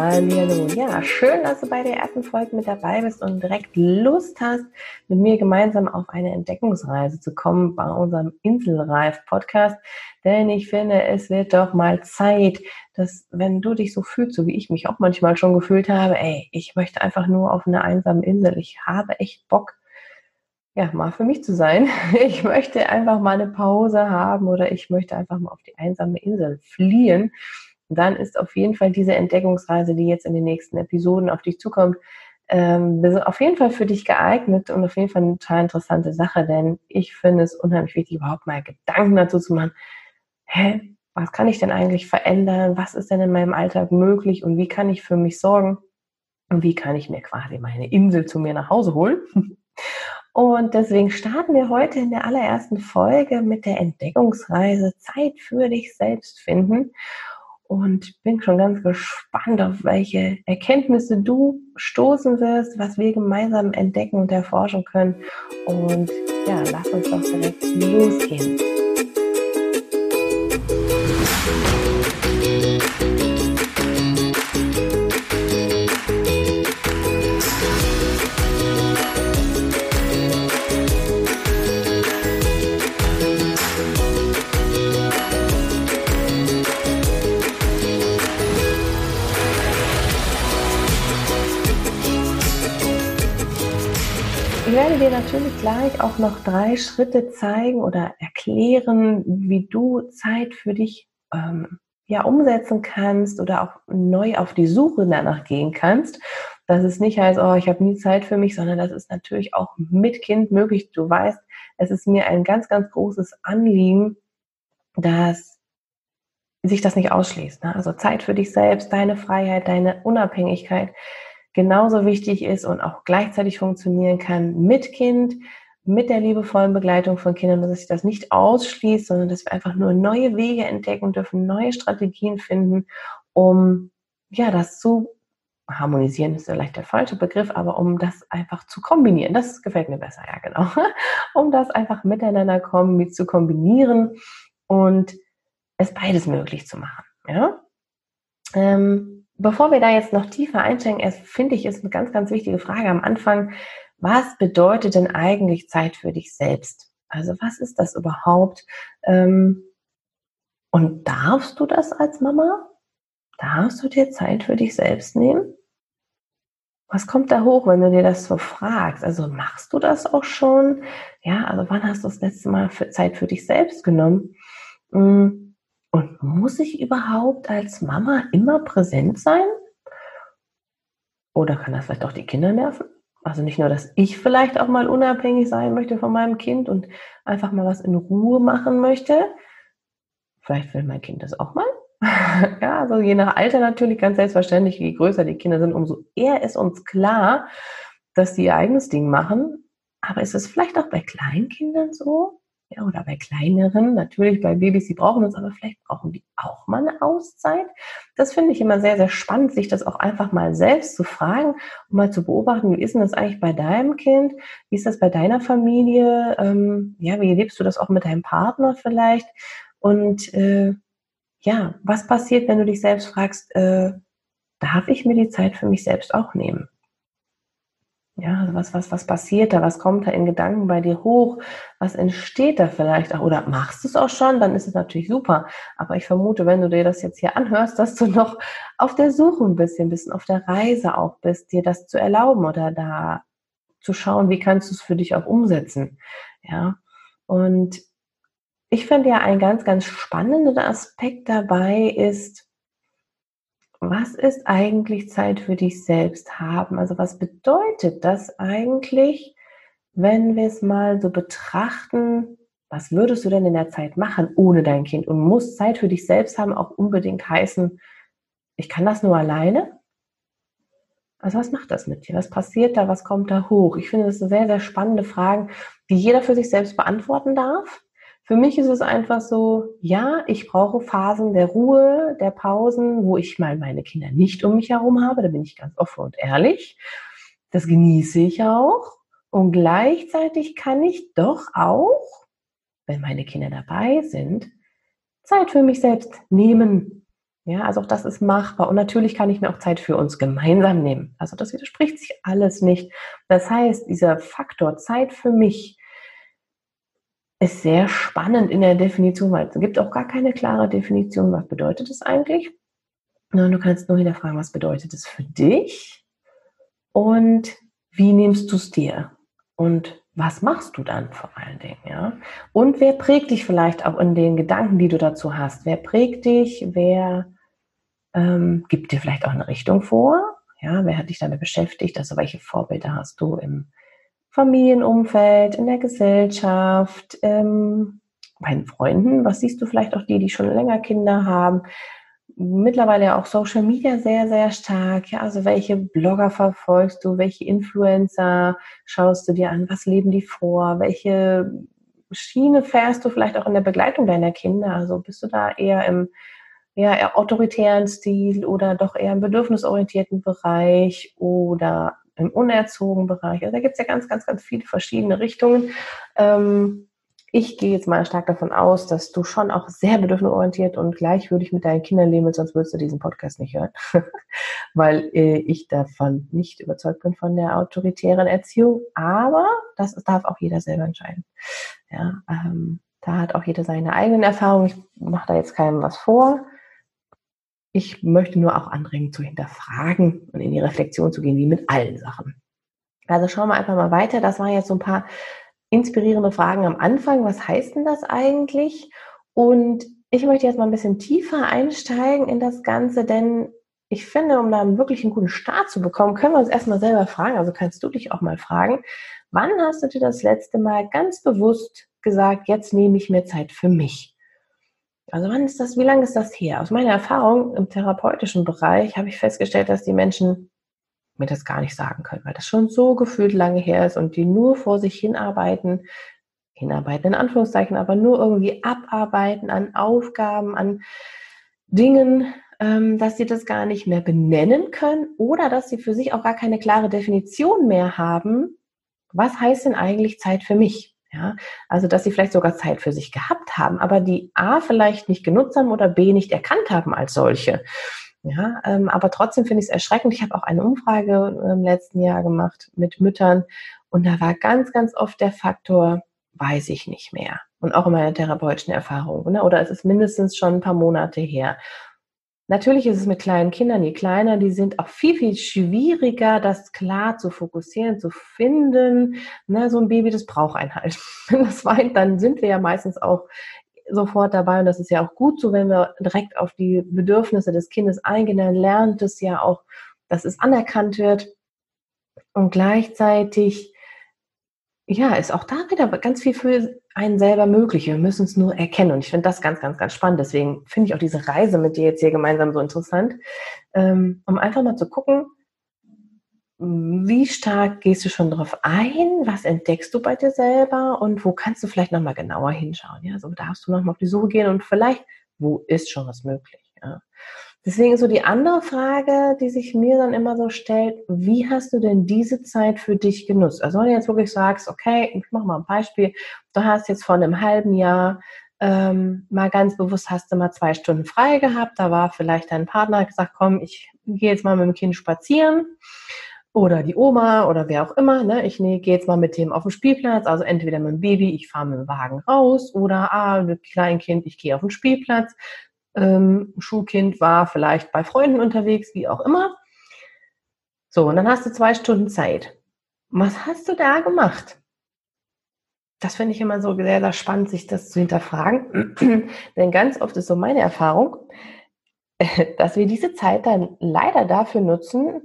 Hallihallo. Ja, schön, dass du bei der ersten Folge mit dabei bist und direkt Lust hast, mit mir gemeinsam auf eine Entdeckungsreise zu kommen bei unserem Inselreif-Podcast. Denn ich finde, es wird doch mal Zeit, dass, wenn du dich so fühlst, so wie ich mich auch manchmal schon gefühlt habe, ich möchte einfach nur auf einer einsamen Insel. Ich habe echt Bock, ja, mal für mich zu sein. Ich möchte einfach mal eine Pause haben oder ich möchte einfach mal auf die einsame Insel fliehen. Dann ist auf jeden Fall diese Entdeckungsreise, die jetzt in den nächsten Episoden auf dich zukommt, auf jeden Fall für dich geeignet und auf jeden Fall eine total interessante Sache, denn ich finde es unheimlich wichtig, überhaupt mal Gedanken dazu zu machen, was kann ich denn eigentlich verändern? Was ist denn in meinem Alltag möglich und wie kann ich für mich sorgen? Und wie kann ich mir quasi meine Insel zu mir nach Hause holen? Und deswegen starten wir heute in der allerersten Folge mit der Entdeckungsreise Zeit für dich selbst finden. Und bin schon ganz gespannt, auf welche Erkenntnisse du stoßen wirst, was wir gemeinsam entdecken und erforschen können. Und ja, lass uns doch direkt losgehen. Ich werde dir natürlich gleich auch noch 3 Schritte zeigen oder erklären, wie du Zeit für dich umsetzen kannst oder auch neu auf die Suche danach gehen kannst. Dass es nicht heißt, ich habe nie Zeit für mich, sondern das ist natürlich auch mit Kind möglich. Du weißt, es ist mir ein ganz, ganz großes Anliegen, dass sich das nicht ausschließt. Ne? Also Zeit für dich selbst, deine Freiheit, deine Unabhängigkeit genauso wichtig ist und auch gleichzeitig funktionieren kann mit Kind, mit der liebevollen Begleitung von Kindern, dass sich das nicht ausschließt, sondern dass wir einfach nur neue Wege entdecken dürfen, neue Strategien finden, um das zu harmonisieren, ist vielleicht der falsche Begriff, aber um das einfach zu kombinieren. Das gefällt mir besser, ja genau. Um das einfach miteinander zu kombinieren und es beides möglich zu machen. Ja? Bevor wir da jetzt noch tiefer einsteigen, finde ich, ist eine ganz, ganz wichtige Frage am Anfang. Was bedeutet denn eigentlich Zeit für dich selbst? Also was ist das überhaupt? Und darfst du das als Mama? Darfst du dir Zeit für dich selbst nehmen? Was kommt da hoch, wenn du dir das so fragst? Also machst du das auch schon? Ja, also wann hast du das letzte Mal Zeit für dich selbst genommen? Und muss ich überhaupt als Mama immer präsent sein? Oder kann das vielleicht auch die Kinder nerven? Also nicht nur, dass ich vielleicht auch mal unabhängig sein möchte von meinem Kind und einfach mal was in Ruhe machen möchte. Vielleicht will mein Kind das auch mal. Ja, also je nach Alter natürlich ganz selbstverständlich, je größer die Kinder sind, umso eher ist uns klar, dass die ihr eigenes Ding machen. Aber ist es vielleicht auch bei Kleinkindern so? Ja, oder bei kleineren, natürlich bei Babys, die brauchen uns, aber vielleicht brauchen die auch mal eine Auszeit. Das finde ich immer sehr, sehr spannend, sich das auch einfach mal selbst zu fragen und mal zu beobachten, wie ist denn das eigentlich bei deinem Kind? Wie ist das bei deiner Familie? Wie lebst du das auch mit deinem Partner vielleicht? Und was passiert, wenn du dich selbst fragst, darf ich mir die Zeit für mich selbst auch nehmen? Ja, also was passiert da? Was kommt da in Gedanken bei dir hoch? Was entsteht da vielleicht auch? Oder machst du es auch schon? Dann ist es natürlich super. Aber ich vermute, wenn du dir das jetzt hier anhörst, dass du noch auf der Suche ein bisschen auf der Reise auch bist, dir das zu erlauben oder da zu schauen, wie kannst du es für dich auch umsetzen? Ja, und ich finde ja, ein ganz, ganz spannender Aspekt dabei ist, was ist eigentlich Zeit für dich selbst haben? Also was bedeutet das eigentlich, wenn wir es mal so betrachten, was würdest du denn in der Zeit machen ohne dein Kind? Und muss Zeit für dich selbst haben auch unbedingt heißen, ich kann das nur alleine? Also was macht das mit dir? Was passiert da? Was kommt da hoch? Ich finde, das sind sehr, sehr spannende Fragen, die jeder für sich selbst beantworten darf. Für mich ist es einfach so, ja, ich brauche Phasen der Ruhe, der Pausen, wo ich mal meine Kinder nicht um mich herum habe. Da bin ich ganz offen und ehrlich. Das genieße ich auch. Und gleichzeitig kann ich doch auch, wenn meine Kinder dabei sind, Zeit für mich selbst nehmen. Ja, also auch das ist machbar. Und natürlich kann ich mir auch Zeit für uns gemeinsam nehmen. Also das widerspricht sich alles nicht. Das heißt, dieser Faktor Zeit für mich ist sehr spannend in der Definition, weil es gibt auch gar keine klare Definition. Was bedeutet es eigentlich? Du kannst nur hinterfragen, was bedeutet es für dich und wie nimmst du es dir? Und was machst du dann vor allen Dingen? Ja? Und wer prägt dich vielleicht auch in den Gedanken, die du dazu hast? Wer prägt dich? Wer gibt dir vielleicht auch eine Richtung vor? Ja, wer hat dich damit beschäftigt? Also welche Vorbilder hast du im Familienumfeld, in der Gesellschaft, bei den Freunden? Was siehst du vielleicht auch die schon länger Kinder haben? Mittlerweile ja auch Social Media sehr, sehr stark. Ja, also welche Blogger verfolgst du? Welche Influencer schaust du dir an? Was leben die vor? Welche Schiene fährst du vielleicht auch in der Begleitung deiner Kinder? Also bist du da eher im eher autoritären Stil oder doch eher im bedürfnisorientierten Bereich oder im unerzogenen Bereich? Also da gibt es ja ganz, ganz, ganz viele verschiedene Richtungen. Ich gehe jetzt mal stark davon aus, dass du schon auch sehr bedürfnisorientiert und gleichwürdig mit deinen Kindern leben willst, sonst würdest du diesen Podcast nicht hören. Weil ich davon nicht überzeugt bin von der autoritären Erziehung. Aber das darf auch jeder selber entscheiden. Ja, da hat auch jeder seine eigenen Erfahrungen. Ich mache da jetzt keinem was vor. Ich möchte nur auch anregen, zu hinterfragen und in die Reflexion zu gehen, wie mit allen Sachen. Also schauen wir einfach mal weiter. Das waren jetzt so ein paar inspirierende Fragen am Anfang. Was heißt denn das eigentlich? Und ich möchte jetzt mal ein bisschen tiefer einsteigen in das Ganze, denn ich finde, um da wirklich einen guten Start zu bekommen, können wir uns erstmal selber fragen, also kannst du dich auch mal fragen, wann hast du dir das letzte Mal ganz bewusst gesagt, jetzt nehme ich mir Zeit für mich? Also wann ist das, wie lange ist das her? Aus meiner Erfahrung im therapeutischen Bereich habe ich festgestellt, dass die Menschen mir das gar nicht sagen können, weil das schon so gefühlt lange her ist und die nur vor sich hinarbeiten in Anführungszeichen, aber nur irgendwie abarbeiten an Aufgaben, an Dingen, dass sie das gar nicht mehr benennen können oder dass sie für sich auch gar keine klare Definition mehr haben. Was heißt denn eigentlich Zeit für mich? Ja, also dass sie vielleicht sogar Zeit für sich gehabt haben, aber die A vielleicht nicht genutzt haben oder B nicht erkannt haben als solche. Ja, aber trotzdem finde ich es erschreckend. Ich habe auch eine Umfrage im letzten Jahr gemacht mit Müttern und da war ganz, ganz oft der Faktor, weiß ich nicht mehr. Und auch in meiner therapeutischen Erfahrung. Ne? Oder es ist mindestens schon ein paar Monate her. Natürlich ist es mit kleinen Kindern, je kleiner die sind, auch viel, viel schwieriger, das klar zu fokussieren, zu finden. Ne, so ein Baby, das braucht einen halt. Wenn das weint, dann sind wir ja meistens auch sofort dabei. Und das ist ja auch gut so, wenn wir direkt auf die Bedürfnisse des Kindes eingehen, dann lernt es ja auch, dass es anerkannt wird. Und gleichzeitig, ja, ist auch da wieder ganz viel für einen selber möglich. Wir müssen es nur erkennen. Und ich finde das ganz, ganz, ganz spannend. Deswegen finde ich auch diese Reise mit dir jetzt hier gemeinsam so interessant, um einfach mal zu gucken, wie stark gehst du schon drauf ein? Was entdeckst du bei dir selber? Und wo kannst du vielleicht nochmal genauer hinschauen? Ja, so darfst du nochmal auf die Suche gehen und vielleicht, wo ist schon was möglich? Ja. Deswegen ist so die andere Frage, die sich mir dann immer so stellt, wie hast du denn diese Zeit für dich genutzt? Also wenn du jetzt wirklich sagst, okay, ich mache mal ein Beispiel, du hast jetzt vor einem halben Jahr mal ganz bewusst hast du mal 2 Stunden frei gehabt, da war vielleicht dein Partner, hat gesagt, komm, ich gehe jetzt mal mit dem Kind spazieren oder die Oma oder wer auch immer, ne? Ich gehe jetzt mal mit dem auf den Spielplatz, also entweder mit dem Baby, ich fahre mit dem Wagen raus oder mit Kleinkind, ich gehe auf den Spielplatz. Schulkind war vielleicht bei Freunden unterwegs, wie auch immer. So, und dann hast du 2 Stunden Zeit. Was hast du da gemacht? Das finde ich immer so sehr, sehr spannend, sich das zu hinterfragen. Denn ganz oft ist so meine Erfahrung, dass wir diese Zeit dann leider dafür nutzen,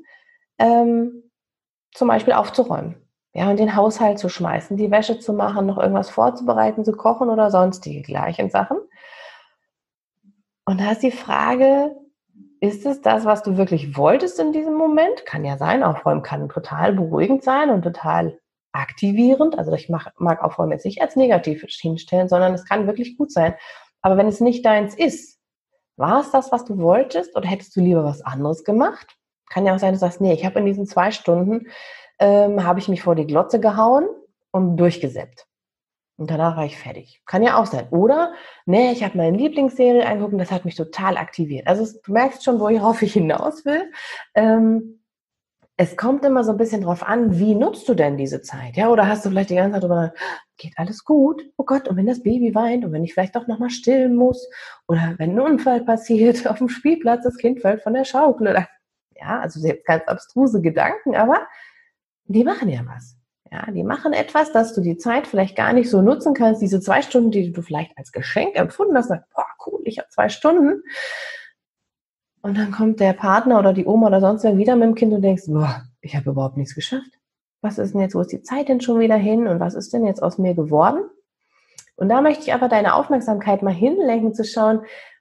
zum Beispiel aufzuräumen. Ja, und den Haushalt zu schmeißen, die Wäsche zu machen, noch irgendwas vorzubereiten, zu kochen oder sonstige gleichen Sachen. Und da ist die Frage, ist es das, was du wirklich wolltest in diesem Moment? Kann ja sein, Aufräumen kann total beruhigend sein und total aktivierend. Also ich mag Aufräumen jetzt nicht als negativ hinstellen, sondern es kann wirklich gut sein. Aber wenn es nicht deins ist, war es das, was du wolltest oder hättest du lieber was anderes gemacht? Kann ja auch sein, dass du sagst, nee, ich habe in diesen 2 Stunden, habe ich mich vor die Glotze gehauen und durchgesäppt. Und danach war ich fertig. Kann ja auch sein. Oder, ne, ich habe meine Lieblingsserie angeguckt und das hat mich total aktiviert. Also du merkst schon, worauf ich hinaus will. Es kommt immer so ein bisschen drauf an, wie nutzt du denn diese Zeit? Ja, oder hast du vielleicht die ganze Zeit drüber, geht alles gut? Oh Gott, und wenn das Baby weint und wenn ich vielleicht doch nochmal stillen muss oder wenn ein Unfall passiert auf dem Spielplatz, das Kind fällt von der Schaukel oder, ja, also jetzt ganz abstruse Gedanken, aber die machen ja was. Ja, die machen etwas, dass du die Zeit vielleicht gar nicht so nutzen kannst, diese 2 Stunden, die du vielleicht als Geschenk empfunden hast, sagst, boah, cool, ich habe 2 Stunden. Und dann kommt der Partner oder die Oma oder sonst wer wieder mit dem Kind und denkst, boah, ich habe überhaupt nichts geschafft. Was ist denn jetzt, wo ist die Zeit denn schon wieder hin und was ist denn jetzt aus mir geworden? Und da möchte ich aber deine Aufmerksamkeit mal hinlenken, zu schauen,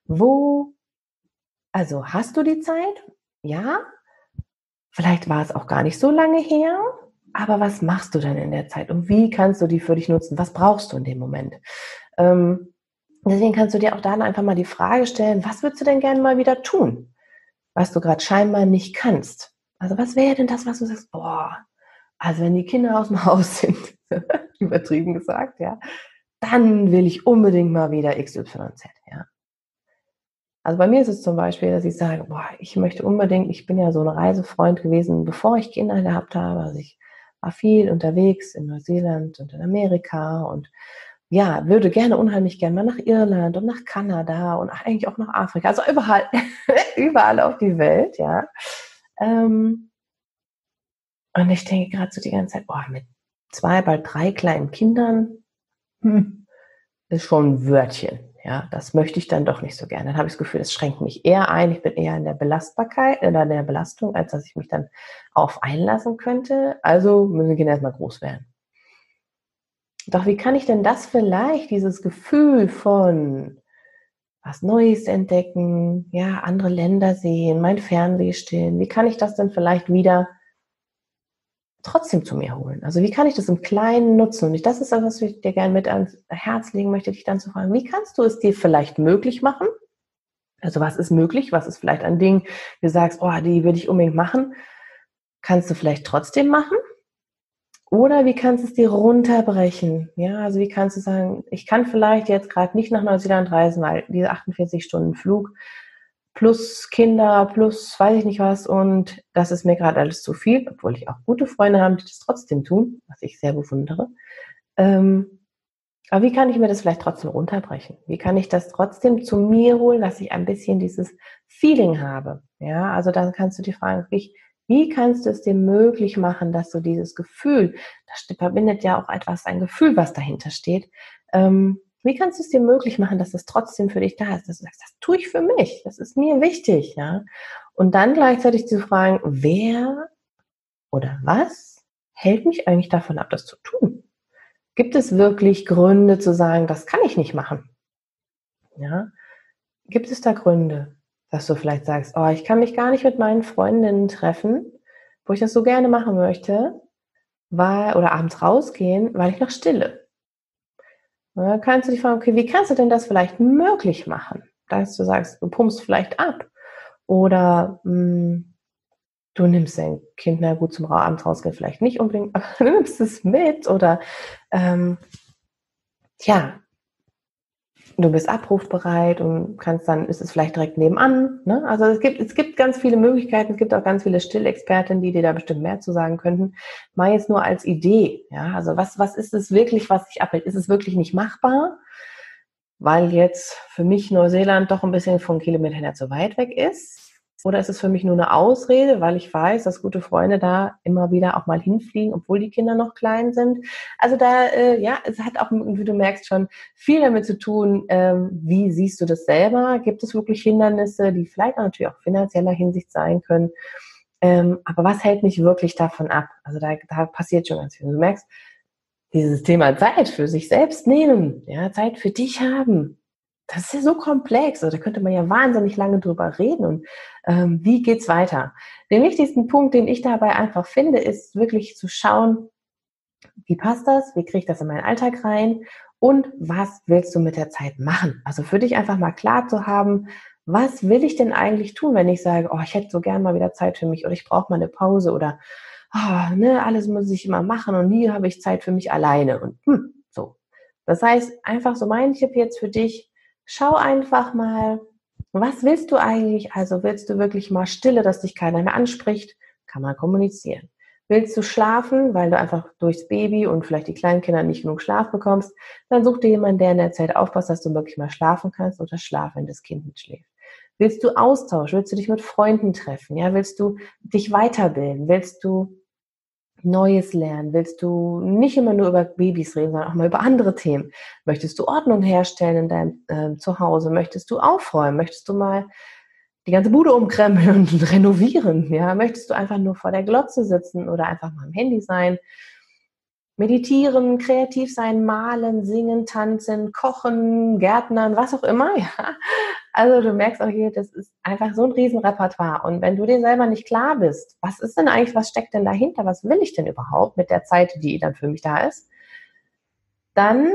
also hast du die Zeit? Ja, vielleicht war es auch gar nicht so lange her, aber was machst du denn in der Zeit und wie kannst du die für dich nutzen? Was brauchst du in dem Moment? Deswegen kannst du dir auch dann einfach mal die Frage stellen, was würdest du denn gerne mal wieder tun, was du gerade scheinbar nicht kannst? Also was wäre denn das, was du sagst, boah, also wenn die Kinder aus dem Haus sind, übertrieben gesagt, ja, dann will ich unbedingt mal wieder XYZ, ja. Also bei mir ist es zum Beispiel, dass ich sage, boah, ich möchte unbedingt, ich bin ja so ein Reisefreund gewesen, bevor ich Kinder gehabt habe. Also ich war viel unterwegs in Neuseeland und in Amerika und ja, würde unheimlich gerne mal nach Irland und nach Kanada und eigentlich auch nach Afrika, also überall, überall auf die Welt, ja. Und ich denke gerade so die ganze Zeit, boah, mit 2, bald 3 kleinen Kindern, ist schon ein Wörtchen. Ja, das möchte ich dann doch nicht so gerne. Dann habe ich das Gefühl, das schränkt mich eher ein. Ich bin eher in der Belastbarkeit oder in der Belastung, als dass ich mich dann auf einlassen könnte. Also müssen die Kinder erstmal groß werden. Doch wie kann ich denn das vielleicht, dieses Gefühl von was Neues entdecken, ja, andere Länder sehen, mein Fernweh stillen, wie kann ich das denn vielleicht wieder trotzdem zu mir holen? Also wie kann ich das im Kleinen nutzen? Und das ist das, was ich dir gerne mit ans Herz legen möchte, dich dann zu fragen, wie kannst du es dir vielleicht möglich machen? Also was ist möglich? Was ist vielleicht ein Ding, du sagst, oh, die würde ich unbedingt machen. Kannst du vielleicht trotzdem machen? Oder wie kannst du es dir runterbrechen? Ja, also wie kannst du sagen, ich kann vielleicht jetzt gerade nicht nach Neuseeland reisen, weil diese 48 Stunden Flug plus Kinder, plus weiß ich nicht was und das ist mir gerade alles zu viel, obwohl ich auch gute Freunde habe, die das trotzdem tun, was ich sehr bewundere. Aber wie kann ich mir das vielleicht trotzdem runterbrechen? Wie kann ich das trotzdem zu mir holen, dass ich ein bisschen dieses Feeling habe? Ja, also dann kannst du dir fragen, wie kannst du es dir möglich machen, dass du dieses Gefühl, das verbindet ja auch etwas, ein Gefühl, was dahinter steht, wie kannst du es dir möglich machen, dass es trotzdem für dich da ist, dass du sagst, das tue ich für mich, das ist mir wichtig, ja? Und dann gleichzeitig zu fragen, wer oder was hält mich eigentlich davon ab, das zu tun? Gibt es wirklich Gründe zu sagen, das kann ich nicht machen? Ja? Gibt es da Gründe, dass du vielleicht sagst, oh, ich kann mich gar nicht mit meinen Freundinnen treffen, wo ich das so gerne machen möchte, oder abends rausgehen, weil ich noch stille? Ja, kannst du dich fragen, okay, wie kannst du denn das vielleicht möglich machen? Dass du sagst, du pumpst vielleicht ab oder du nimmst dein Kind, na gut, zum abends rausgehen vielleicht nicht unbedingt, aber du nimmst es mit oder tja, du bist abrufbereit und kannst dann, ist es vielleicht direkt nebenan. Ne? Also es gibt ganz viele Möglichkeiten, es gibt auch ganz viele Stillexpertinnen, die dir da bestimmt mehr zu sagen könnten. Mal jetzt nur als Idee. Ja? Also was ist es wirklich, was sich abhält? Ist es wirklich nicht machbar? Weil jetzt für mich Neuseeland doch ein bisschen von Kilometern her zu weit weg ist? Oder ist es für mich nur eine Ausrede, weil ich weiß, dass gute Freunde da immer wieder auch mal hinfliegen, obwohl die Kinder noch klein sind? Also da, ja, es hat auch, wie du merkst, schon viel damit zu tun, wie siehst du das selber? Gibt es wirklich Hindernisse, die vielleicht auch natürlich auch finanzieller Hinsicht sein können? Aber was hält mich wirklich davon ab? Also da passiert schon ganz viel. Du merkst, dieses Thema Zeit für sich selbst nehmen, ja, Zeit für dich haben, das ist ja so komplex, also da könnte man ja wahnsinnig lange drüber reden und wie geht's weiter? Den wichtigsten Punkt, den ich dabei einfach finde, ist wirklich zu schauen, wie passt das, wie kriege ich das in meinen Alltag rein und was willst du mit der Zeit machen? Also für dich einfach mal klar zu haben, was will ich denn eigentlich tun, wenn ich sage, oh, ich hätte so gern mal wieder Zeit für mich oder ich brauche mal eine Pause oder oh, ne, alles muss ich immer machen und nie habe ich Zeit für mich alleine und so. Das heißt, einfach so mein Tipp jetzt für dich, schau einfach mal, was willst du eigentlich? Also willst du wirklich mal Stille, dass dich keiner mehr anspricht? Kann man kommunizieren. Willst du schlafen, weil du einfach durchs Baby und vielleicht die kleinen Kinder nicht genug Schlaf bekommst? Dann such dir jemanden, der in der Zeit aufpasst, dass du wirklich mal schlafen kannst oder schlaf, wenn das Kind mitschläft. Willst du Austausch? Willst du dich mit Freunden treffen? Ja, willst du dich weiterbilden? Willst du Neues lernen? Willst du nicht immer nur über Babys reden, sondern auch mal über andere Themen? Möchtest du Ordnung herstellen in deinem Zuhause? Möchtest du aufräumen? Möchtest du mal die ganze Bude umkrempeln und renovieren? Ja? Möchtest du einfach nur vor der Glotze sitzen oder einfach mal am Handy sein? Meditieren, kreativ sein, malen, singen, tanzen, kochen, gärtnern, was auch immer, ja. Also du merkst auch hier, das ist einfach so ein Riesenrepertoire. Und wenn du dir selber nicht klar bist, was ist denn eigentlich, was steckt denn dahinter, was will ich denn überhaupt mit der Zeit, die dann für mich da ist, dann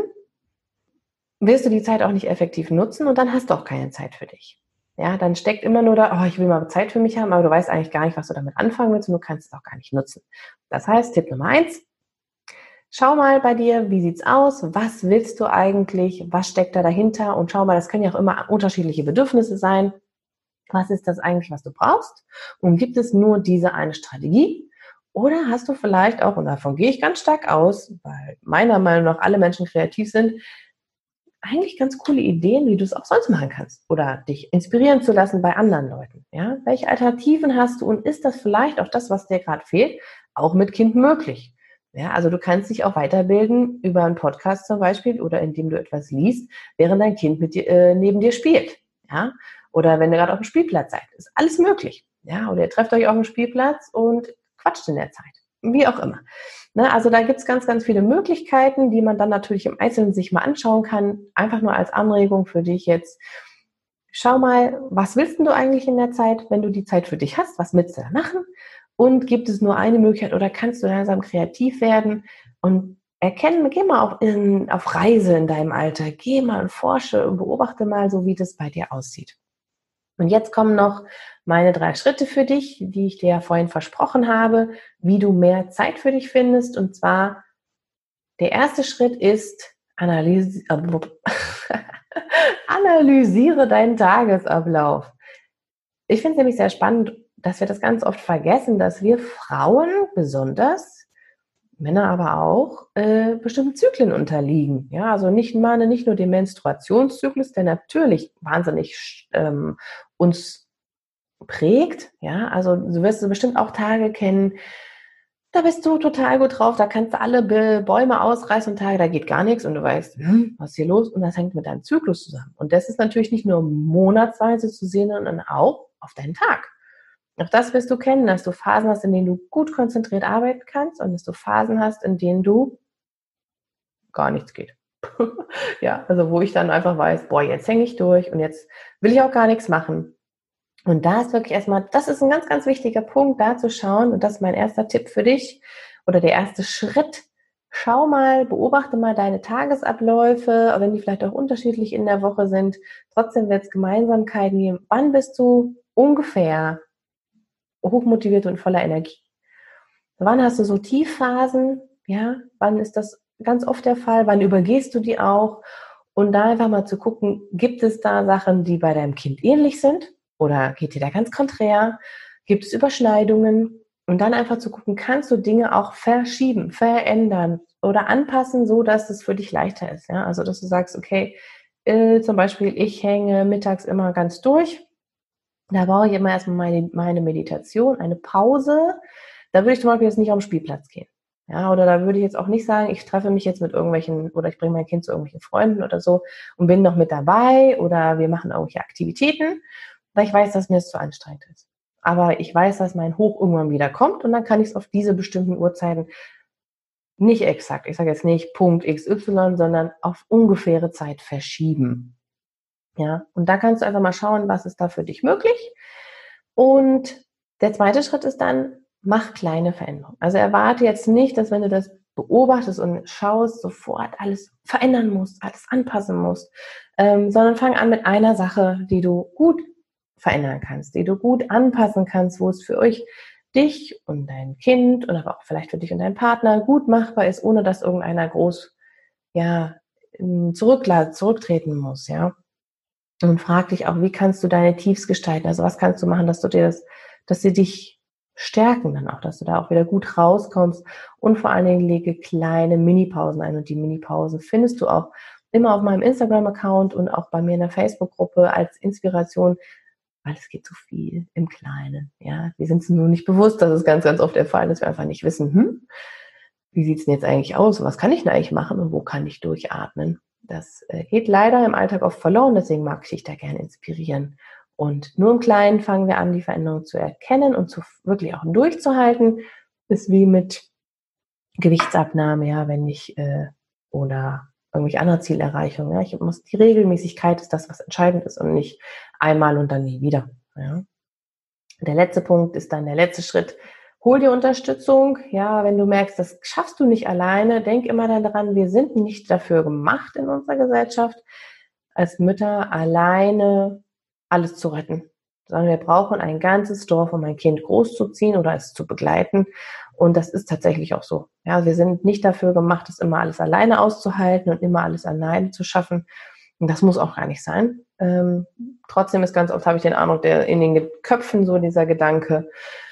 wirst du die Zeit auch nicht effektiv nutzen und dann hast du auch keine Zeit für dich. Ja, dann steckt immer nur da, oh, ich will mal Zeit für mich haben, aber du weißt eigentlich gar nicht, was du damit anfangen willst und du kannst es auch gar nicht nutzen. Das heißt, Tipp Nummer 1, schau mal bei dir, wie sieht's aus? Was willst du eigentlich? Was steckt da dahinter? Und schau mal, das können ja auch immer unterschiedliche Bedürfnisse sein. Was ist das eigentlich, was du brauchst? Und gibt es nur diese eine Strategie? Oder hast du vielleicht auch, und davon gehe ich ganz stark aus, weil meiner Meinung nach alle Menschen kreativ sind, eigentlich ganz coole Ideen, wie du es auch sonst machen kannst oder dich inspirieren zu lassen bei anderen Leuten. Ja? Welche Alternativen hast du und ist das vielleicht auch das, was dir gerade fehlt, auch mit Kind möglich? Ja, also du kannst dich auch weiterbilden über einen Podcast zum Beispiel oder indem du etwas liest, während dein Kind mit dir, neben dir spielt. Ja? Oder wenn ihr gerade auf dem Spielplatz seid. Ist alles möglich. Ja? Oder ihr trefft euch auf dem Spielplatz und quatscht in der Zeit. Wie auch immer. Ne, also da gibt es ganz, ganz viele Möglichkeiten, die man dann natürlich im Einzelnen sich mal anschauen kann. Einfach nur als Anregung für dich jetzt. Schau mal, was willst du eigentlich in der Zeit, wenn du die Zeit für dich hast? Was willst du da machen? Und gibt es nur eine Möglichkeit oder kannst du langsam kreativ werden und erkennen, geh mal auf Reise in deinem Alter, geh mal und forsche und beobachte mal so, wie das bei dir aussieht. Und jetzt kommen noch meine 3 Schritte für dich, die ich dir ja vorhin versprochen habe, wie du mehr Zeit für dich findest. Und zwar, der erste Schritt ist, analysiere deinen Tagesablauf. Ich finde es nämlich sehr spannend, dass wir das ganz oft vergessen, dass wir Frauen besonders, Männer aber auch, bestimmten Zyklen unterliegen. Ja, also nicht nur den Menstruationszyklus, der natürlich wahnsinnig uns prägt. Ja, also du wirst bestimmt auch Tage kennen, da bist du total gut drauf, da kannst du alle Bäume ausreißen und Tage, da geht gar nichts und du weißt, was ist hier los? Und das hängt mit deinem Zyklus zusammen. Und das ist natürlich nicht nur monatsweise zu sehen, sondern auch auf deinen Tag. Auch das wirst du kennen, dass du Phasen hast, in denen du gut konzentriert arbeiten kannst und dass du Phasen hast, in denen du gar nichts geht. Ja, also wo ich dann einfach weiß, boah, jetzt hänge ich durch und jetzt will ich auch gar nichts machen. Und da ist wirklich erstmal, das ist ein ganz, ganz wichtiger Punkt, da zu schauen. Und das ist mein erster Tipp für dich oder der erste Schritt. Schau mal, beobachte mal deine Tagesabläufe, wenn die vielleicht auch unterschiedlich in der Woche sind. Trotzdem wird es Gemeinsamkeiten geben. Wann bist du ungefähr hochmotiviert und voller Energie? Wann hast du so Tiefphasen? Ja, wann ist das ganz oft der Fall? Wann übergehst du die auch? Und da einfach mal zu gucken, gibt es da Sachen, die bei deinem Kind ähnlich sind? Oder geht dir da ganz konträr? Gibt es Überschneidungen? Und dann einfach zu gucken, kannst du Dinge auch verschieben, verändern oder anpassen, so dass es für dich leichter ist. Ja? Also, dass du sagst, okay, zum Beispiel, ich hänge mittags immer ganz durch. Da brauche ich immer erstmal meine Meditation, eine Pause. Da würde ich zum Beispiel jetzt nicht auf den Spielplatz gehen. Ja, oder da würde ich jetzt auch nicht sagen, ich treffe mich jetzt mit irgendwelchen oder ich bringe mein Kind zu irgendwelchen Freunden oder so und bin noch mit dabei oder wir machen irgendwelche Aktivitäten, weil ich weiß, dass mir es zu anstrengend ist. Aber ich weiß, dass mein Hoch irgendwann wieder kommt und dann kann ich es auf diese bestimmten Uhrzeiten nicht exakt, ich sage jetzt nicht Punkt XY, sondern auf ungefähre Zeit verschieben. Ja, und da kannst du einfach mal schauen, was ist da für dich möglich. Und der zweite Schritt ist dann, mach kleine Veränderungen. Also erwarte jetzt nicht, dass wenn du das beobachtest und schaust, sofort alles verändern musst, alles anpassen musst, sondern fang an mit einer Sache, die du gut verändern kannst, die du gut anpassen kannst, wo es für euch, dich und dein Kind und aber auch vielleicht für dich und deinen Partner gut machbar ist, ohne dass irgendeiner groß, ja, zurücktreten muss, ja. Und frag dich auch, wie kannst du deine Tiefs gestalten? Also was kannst du machen, dass sie dich stärken dann auch, dass du da auch wieder gut rauskommst. Und vor allen Dingen lege kleine Minipausen ein. Und die Minipausen findest du auch immer auf meinem Instagram-Account und auch bei mir in der Facebook-Gruppe als Inspiration, weil es geht so viel im Kleinen. Ja, wir sind uns nur nicht bewusst, das ist ganz, ganz oft der Fall, dass wir einfach nicht wissen, wie sieht's denn jetzt eigentlich aus? Was kann ich denn eigentlich machen und wo kann ich durchatmen? Das geht leider im Alltag oft verloren, deswegen mag ich dich da gerne inspirieren. Und nur im Kleinen fangen wir an, die Veränderung zu erkennen und wirklich auch durchzuhalten. Ist wie mit Gewichtsabnahme, ja, wenn ich oder irgendwelche andere Zielerreichungen. Ja, die Regelmäßigkeit ist das, was entscheidend ist und nicht einmal und dann nie wieder. Ja. Der letzte Punkt ist dann der letzte Schritt. Hol dir Unterstützung. Ja, wenn du merkst, das schaffst du nicht alleine, denk immer daran, wir sind nicht dafür gemacht in unserer Gesellschaft, als Mütter alleine alles zu retten, sondern wir brauchen ein ganzes Dorf, um ein Kind großzuziehen oder es zu begleiten. Und das ist tatsächlich auch so. Ja, wir sind nicht dafür gemacht, das immer alles alleine auszuhalten und immer alles alleine zu schaffen. Und das muss auch gar nicht sein. Trotzdem ist ganz oft, habe ich den Eindruck, in den Köpfen so dieser Gedanke,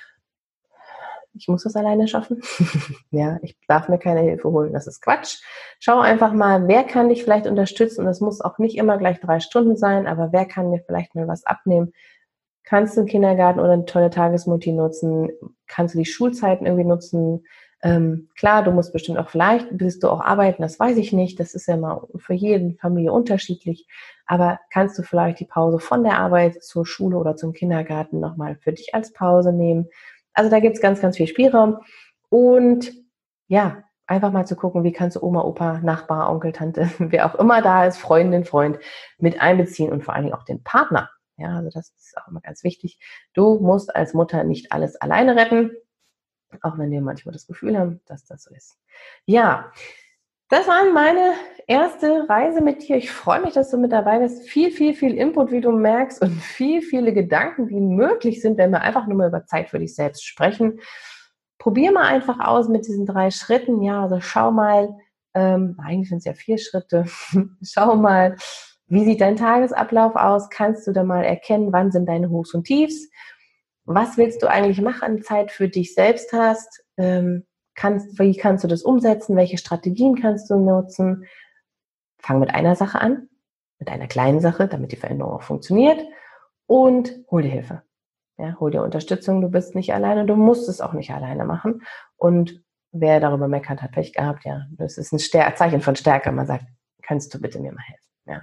ich muss das alleine schaffen. Ja, ich darf mir keine Hilfe holen. Das ist Quatsch. Schau einfach mal, wer kann dich vielleicht unterstützen. Das muss auch nicht immer gleich 3 Stunden sein, aber wer kann dir vielleicht mal was abnehmen? Kannst du einen Kindergarten oder eine tolle Tagesmutti nutzen? Kannst du die Schulzeiten irgendwie nutzen? Klar, du musst bestimmt auch, vielleicht willst du auch arbeiten, das weiß ich nicht. Das ist ja mal für jede Familie unterschiedlich. Aber kannst du vielleicht die Pause von der Arbeit zur Schule oder zum Kindergarten nochmal für dich als Pause nehmen? Also da gibt's ganz, ganz viel Spielraum. Und ja, einfach mal zu gucken, wie kannst du Oma, Opa, Nachbar, Onkel, Tante, wer auch immer da ist, Freundin, Freund mit einbeziehen und vor allen Dingen auch den Partner. Ja, also das ist auch immer ganz wichtig. Du musst als Mutter nicht alles alleine retten, auch wenn wir manchmal das Gefühl haben, dass das so ist. Ja, das war meine erste Reise mit dir. Ich freue mich, dass du mit dabei bist. Viel, viel, viel Input, wie du merkst, und viele Gedanken, die möglich sind, wenn wir einfach nur mal über Zeit für dich selbst sprechen. Probier mal einfach aus mit diesen 3 Schritten. Ja, also schau mal, eigentlich sind es ja 4 Schritte. Schau mal, wie sieht dein Tagesablauf aus? Kannst du da mal erkennen, wann sind deine Hochs und Tiefs? Was willst du eigentlich machen, Zeit für dich selbst hast? Wie kannst du das umsetzen? Welche Strategien kannst du nutzen? Fang mit einer Sache an, mit einer kleinen Sache, damit die Veränderung auch funktioniert. Und hol dir Hilfe. Ja, hol dir Unterstützung. Du bist nicht alleine. Du musst es auch nicht alleine machen. Und wer darüber meckert, hat Pech gehabt. Ja, das ist ein Zeichen von Stärke. Man sagt, kannst du bitte mir mal helfen? Ja.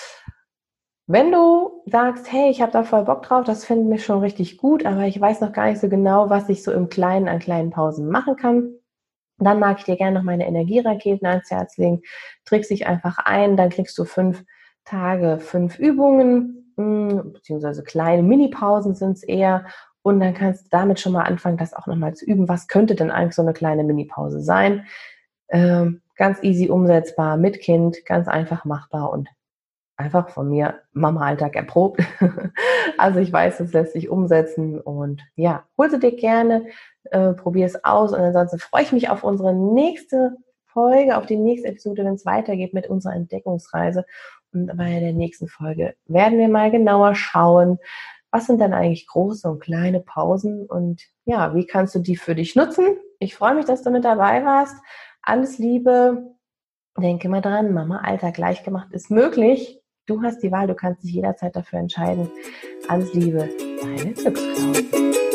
Wenn du sagst, hey, ich habe da voll Bock drauf, das finde ich schon richtig gut, aber ich weiß noch gar nicht so genau, was ich so im Kleinen an kleinen Pausen machen kann, dann mag ich dir gerne noch meine Energieraketen ans Herz legen. Trägst dich einfach ein, dann kriegst du 5 Tage, 5 Übungen, beziehungsweise kleine Minipausen sind es eher. Und dann kannst du damit schon mal anfangen, das auch nochmal zu üben. Was könnte denn eigentlich so eine kleine Minipause sein? Ganz easy umsetzbar mit Kind, ganz einfach machbar und einfach von mir Mama-Alltag erprobt. Also ich weiß, das lässt sich umsetzen und ja, hol sie dir gerne, probier es aus und ansonsten freue ich mich auf unsere nächste Folge, auf die nächste Episode, wenn es weitergeht mit unserer Entdeckungsreise. Und bei der nächsten Folge werden wir mal genauer schauen, was sind denn eigentlich große und kleine Pausen und ja, wie kannst du die für dich nutzen? Ich freue mich, dass du mit dabei warst. Alles Liebe. Denke mal dran, Mama-Alltag leicht gemacht ist möglich. Du hast die Wahl, du kannst dich jederzeit dafür entscheiden. Alles Liebe, deine Glückscloud.